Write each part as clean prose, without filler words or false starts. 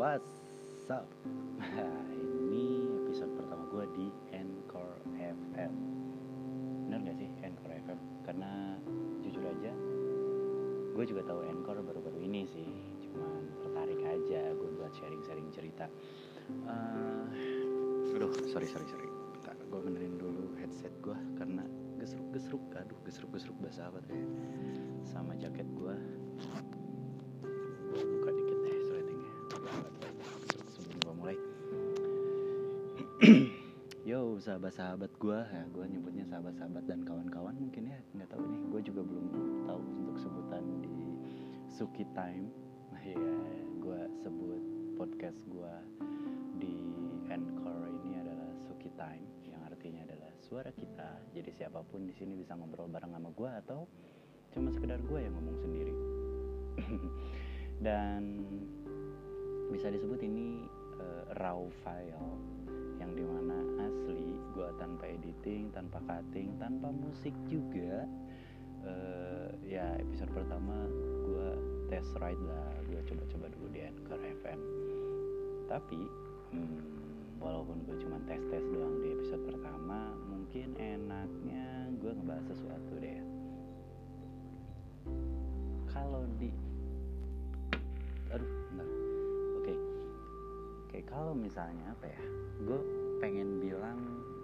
What's up? Ini episode pertama gue di Anchor FM. Bener gak sih Anchor FM? Karena jujur aja gue juga tahu Anchor baru-baru ini sih. Cuman tertarik aja gue buat sharing-sharing cerita. Sorry. Bentar, gue benerin dulu headset gue karena gesruk-gesruk bahasa apa tuh ya? Sama jaket gue buka dikit deh settingnya sebelum gue mulai. Yo sahabat-sahabat gue, ya gue nyebutnya sahabat-sahabat dan kawan-kawan mungkin ya, nggak tahu nih, gue juga belum tahu untuk sebutan di Suki Time. Ya gue sebut podcast gue di Anchor ini adalah Suki Time, yang artinya adalah suara kita. Jadi siapapun di sini bisa ngobrol bareng sama gue atau cuma sekedar gue yang ngomong sendiri. Dan bisa disebut ini raw file, yang dimana asli gue tanpa editing, tanpa cutting, tanpa musik juga. Ya episode pertama gue test ride lah, gue coba-coba dulu di Anchor FM. Tapi walaupun gue cuma tes doang di episode pertama, mungkin enaknya gue ngebahas sesuatu deh. Kalau misalnya apa ya, gue pengen bilang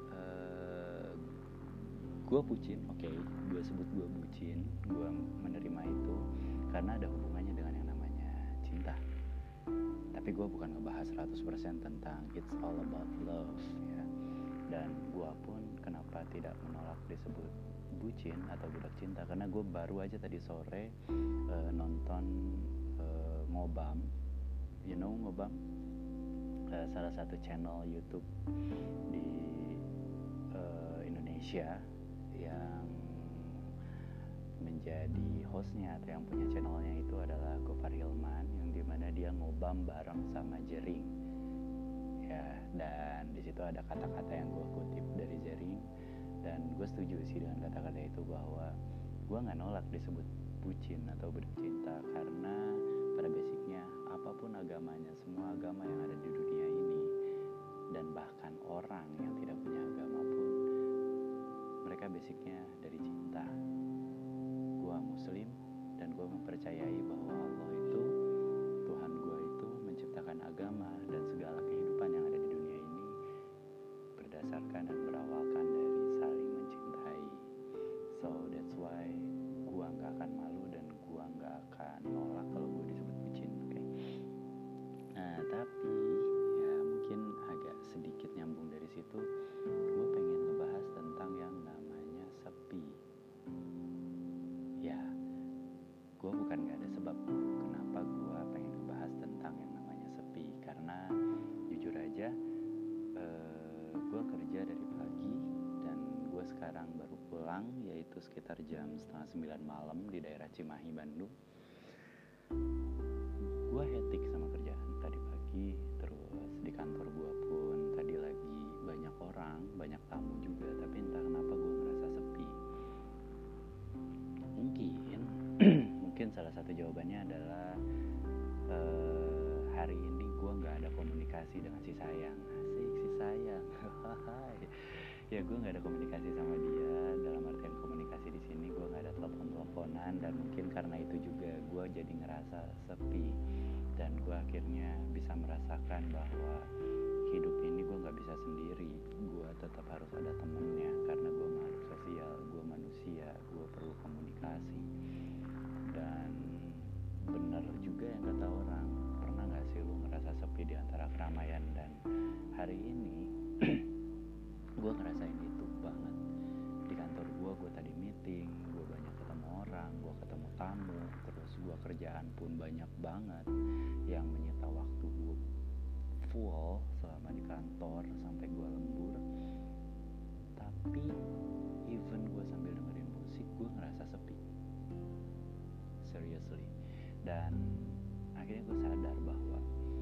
gue bucin, gue sebut gue bucin, gue menerima itu karena ada hubungannya dengan yang namanya cinta. Tapi gue bukan ngebahas 100% tentang it's all about love ya. Dan gue pun kenapa tidak menolak disebut bucin atau budak cinta, karena gue baru aja tadi sore nonton Ngobam. You know Ngobam? Salah satu channel YouTube di Indonesia yang menjadi hostnya atau yang punya channelnya itu adalah Gofar Hilman, yang dimana dia ngobam bareng sama Jering ya. Dan di situ ada kata-kata yang gue kutip dari Jering, dan gue setuju sih dengan kata-kata itu, bahwa gue nggak nolak disebut bucin atau budak cinta, karena pada basicnya apapun agamanya, semua agama yang ada di dunia ini, dan bahkan orang yang tidak punya agama pun, mereka basicnya dari cinta. Gua Muslim dan gua mempercayai bahwa Allah itu, Tuhan gua itu menciptakan agama dan segala kehidupan yang ada di dunia ini berdasarkan dan berawalkan dari saling mencintai. So that's why gua nggak akan malu dan gua nggak akan nolak kalau gua disebut bucin, okay? Nah tapi ya mungkin agak sedikit nyambung dari situ, gue pengen ngebahas tentang yang namanya sepi. Ya, gue bukan gak ada sebab kenapa gue pengen ngebahas tentang yang namanya sepi, karena jujur aja gue kerja dari pagi dan gue sekarang baru pulang, yaitu sekitar jam 8:30 malam di daerah Cimahi, Bandung. Gue hectic sama kerjaan tadi pagi, terus di kantor gue pun tadi lagi banyak orang, banyak tamu juga, tapi entah kenapa gue ngerasa sepi. Mungkin salah satu jawabannya adalah hari ini gue nggak ada komunikasi dengan si sayang. Asik, si sayang. Ya gue nggak ada komunikasi sama dia, dalam artian komunikasi di sini gue nggak ada telepon-teleponan, dan mungkin karena itu juga gue jadi ngerasa sepi. Dan gue akhirnya bisa merasakan bahwa hidup ini gue gak bisa sendiri, gue tetap harus ada temennya, karena gue makhluk sosial, gue manusia, gue perlu komunikasi. Dan benar juga yang kata orang, pernah gak sih lu ngerasa sepi di antara keramaian? Dan hari ini gue ngerasain itu banget. Di kantor gue tadi meeting, gue banyak ketemu orang, gue ketemu tamu, terus gue kerjaan pun banyak banget yang menyita waktu gue full selama di kantor sampai gue lembur. Tapi even gue sambil dengerin musik, gue ngerasa sepi, seriously. Dan akhirnya gue sadar bahwa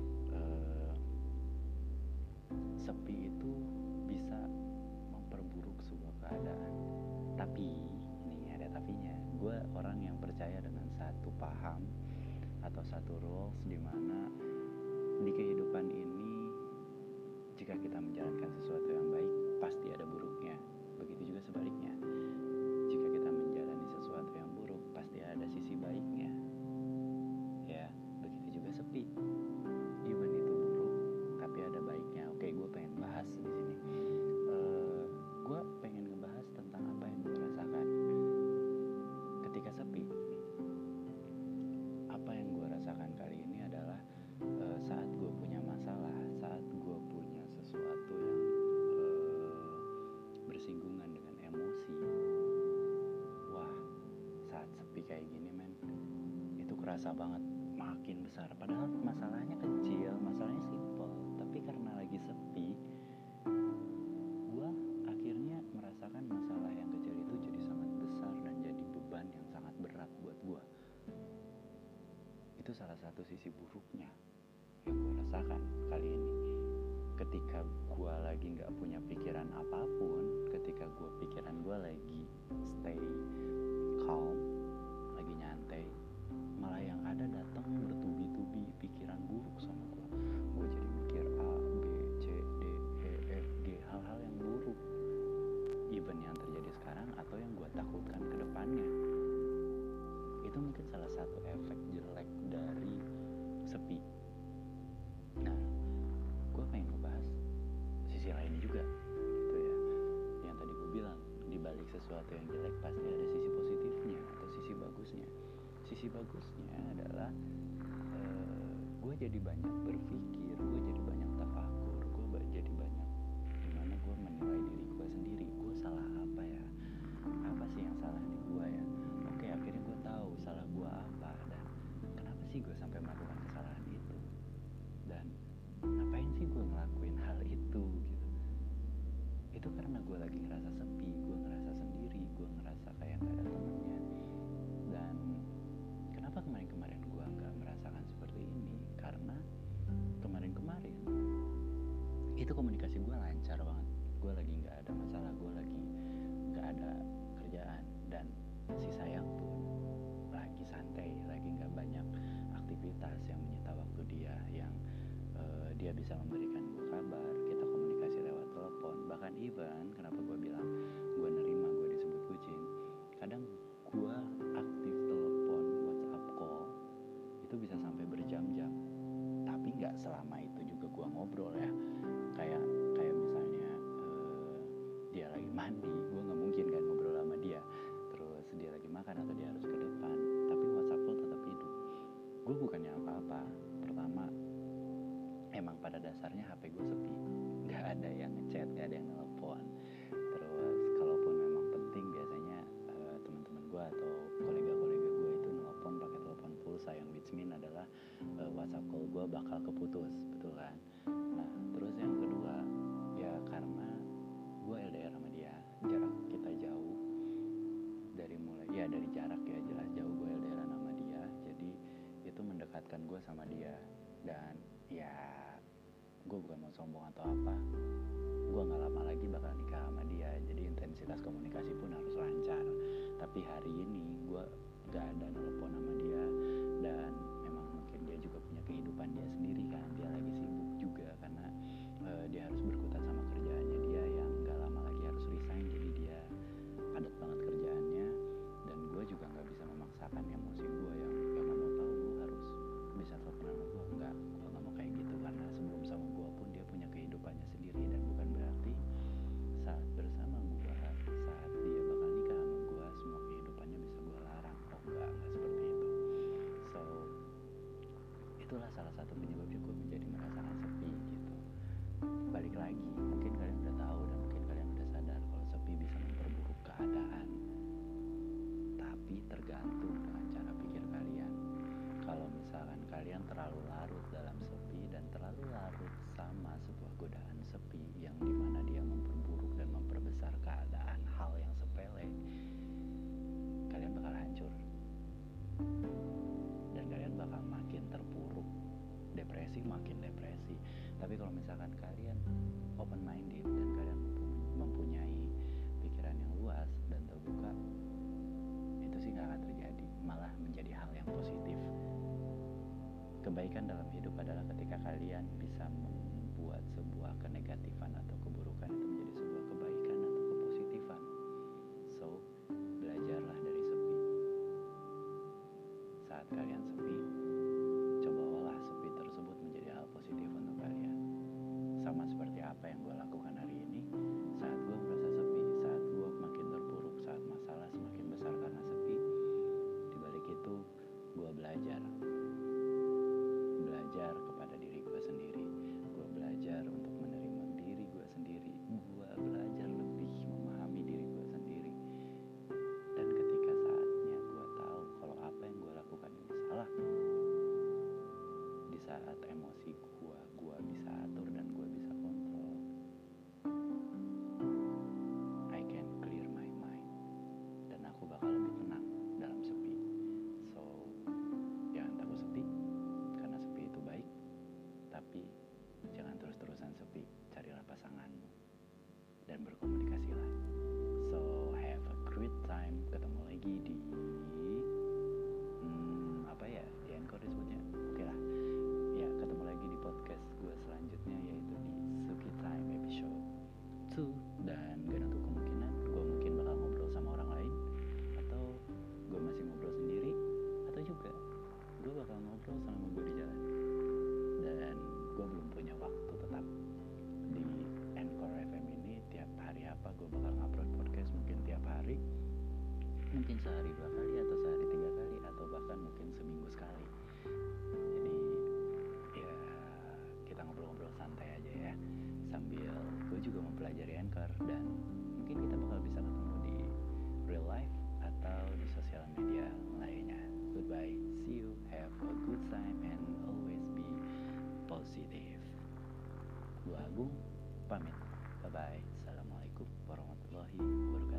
sepi itu bisa memperburuk sebuah keadaan. Tapi ini ada tapinya, gue orang yang percaya dengan satu paham atau satu rules, di mana di kehidupan kerasa banget makin besar. Padahal masalahnya kecil, masalahnya simple, tapi karena lagi sepi, gue akhirnya merasakan masalah yang kecil itu jadi sangat besar dan jadi beban yang sangat berat buat gue. Itu salah satu sisi buruknya yang gue rasakan kali ini. Ketika gue lagi gak punya pikiran apapun, ketika pikiran gue lagi stay calm, lagi nyantai, malah yang ada datang bertubi-tubi pikiran buruk sama gue. Gue jadi mikir A, B, C, D, E, F, G, hal-hal yang buruk, even yang terjadi sekarang atau yang gue takutkan ke depannya. Itu mungkin salah satu efek jelek dari sepi. Nah, gue pengen ngebahas sisi lain juga, gitu ya. Yang tadi gue bilang, di balik sesuatu yang jelek pasti ada sisi positifnya atau sisi bagusnya. Sisi bagusnya adalah gue jadi banyak berpikir, gue jadi banyak tafakur, gue jadi banyak gimana gue menilai diri gue sendiri. Gue salah apa ya? Apa sih yang salah di gue ya? Oke, akhirnya gue tahu salah gue apa dan kenapa sih gue sampai melakukan kesalahan itu, dan ngapain sih gue ngelakuin hal itu gitu. Itu karena gue lagi ngerasa sepi, gue ngerasa sendiri, gue ngerasa kayak gak ada temennya. Dan kenapa kemarin-kemarin gue gak merasakan seperti ini? Karena kemarin-kemarin itu komunikasi gue lancar banget. Gue lagi gak ada masalah, gue lagi gak ada kerjaan, dan si sayang pun lagi santai, lagi gak banyak aktivitas yang menyita waktu dia, yang dia bisa memberikan gue kabar. Kita komunikasi lewat telepon, bahkan even kenapa gue bilang gue nerima gue disebut kucing, kadang gue aktif telepon, WhatsApp call itu bisa sampai berjam-jam, tapi nggak selama itu juga gue ngobrol ya. Kayak misalnya dia lagi mandi, gue nggak mungkin kan ngobrol sama dia. Terus dia lagi makan atau dia harus ke depan, tapi WhatsApp call tetap hidup. Gue bukannya apa-apa. Pertama, emang pada dasarnya HP gue sepi, nggak ada yang ngechat, nggak ada yang nelpon. Terus kalaupun memang penting, biasanya teman-teman gue atau kolega-kolega gue itu nelpon pakai telepon pulsa, yang which mean adalah WhatsApp call gue bakal keputus, betul kan? Nah, terus yang kedua, ya karena gue LDR sama dia, jarak kita jauh, dari jarak ya, jelas jauh gue LDR sama dia, jadi itu mendekatkan gue sama dia. Dan ya, gue bukan mau sombong atau apa, gue gak lama lagi bakal nikah sama dia, jadi intensitas komunikasi pun harus lancar. Tapi hari ini gue gak ada nelpon sama dia, dan memang mungkin dia juga punya kehidupan dia sendiri kan, dia lagi sibuk juga karena dia harus berkutat sama kerjaannya dia yang gak lama lagi harus resign, jadi dia padat banget kerjaannya. Dan gue juga gak bisa memaksakan emosi gue yang gak mau tahu lu harus bisa telepon sama gue, enggak, gue gak mau kayak gitu, karena sebelum sama gue pun dia punya kehidupannya sendiri, dan bukan berarti saat bersama gue, saat dia bakal nikah sama gue, semua kehidupannya bisa gue larang. Oh enggak seperti itu. So itulah salah satu penyebabnya gue menjadi merasakan sepi gitu. Balik lagi, mungkin kalian udah tahu dan mungkin kalian udah sadar kalau sepi bisa memperburuk keadaan, tapi tergantung dengan cara pikir kalian. Kalau misalkan kalian terlalu larut dalam sepi dan terlalu larut sama sebuah godaan sepi yang dimana dia memperburuk dan memperbesar keadaan hal yang sepele, kalian bakal hancur dan kalian bakal makin terpuruk, depresi makin depresi. Tapi kalau misalkan kalian open minded dan kalian mempunyai pikiran yang luas dan terbuka, itu sih gak akan terjadi, malah menjadi hal yang positif. Kebaikan dalam hidup adalah ketika kalian bisa membuat sebuah kenegatifan atau keburukan itu menjadi sebuah kebaikan atau kepositifan. So, belajarlah dari sepi. Saat kalian sepi, cobalah sepi tersebut menjadi hal positif untuk kalian. Sama seperti apa yang gue lakukan hari ini. Saat gue merasa sepi, saat gue makin terpuruk, saat masalah semakin besar karena sepi, dibalik itu gue belajar kepada diri gue sendiri. Gue belajar untuk menerima diri gue sendiri. Gue belajar lebih memahami diri gue sendiri. Dan ketika saatnya gue tahu kalau apa yang gue lakukan ini salah, Tapi jangan terus-terusan sepi, carilah pasanganmu dan berkomunikasilah. So have a great time. Ketemu lagi di di Anchor disebutnya. Oke lah. Ya, ketemu lagi di podcast gue selanjutnya, yaitu di Suki Time episode 2. Dan gak nutup kemungkinan gue mungkin bakal ngobrol sama orang lain, atau gue masih ngobrol sendiri, atau juga gue bakal ngobrol sama gue di jalan. Dan gue belum punya waktu tetap di Anchor FM ini tiap hari apa gue bakal ngupload podcast. Mungkin tiap hari, mungkin sehari 2 kali, atau sehari 3 kali, atau bahkan mungkin seminggu sekali. Jadi ya kita ngobrol-ngobrol santai aja ya, sambil gue juga mempelajari Anchor. Dan mungkin kita bakal bisa ketemu di real life atau di sosial media lainnya. Goodbye, see you, have a good time, and always be positive. Gue Agung, pamit. Bye-bye. Assalamualaikum warahmatullahi wabarakatuh.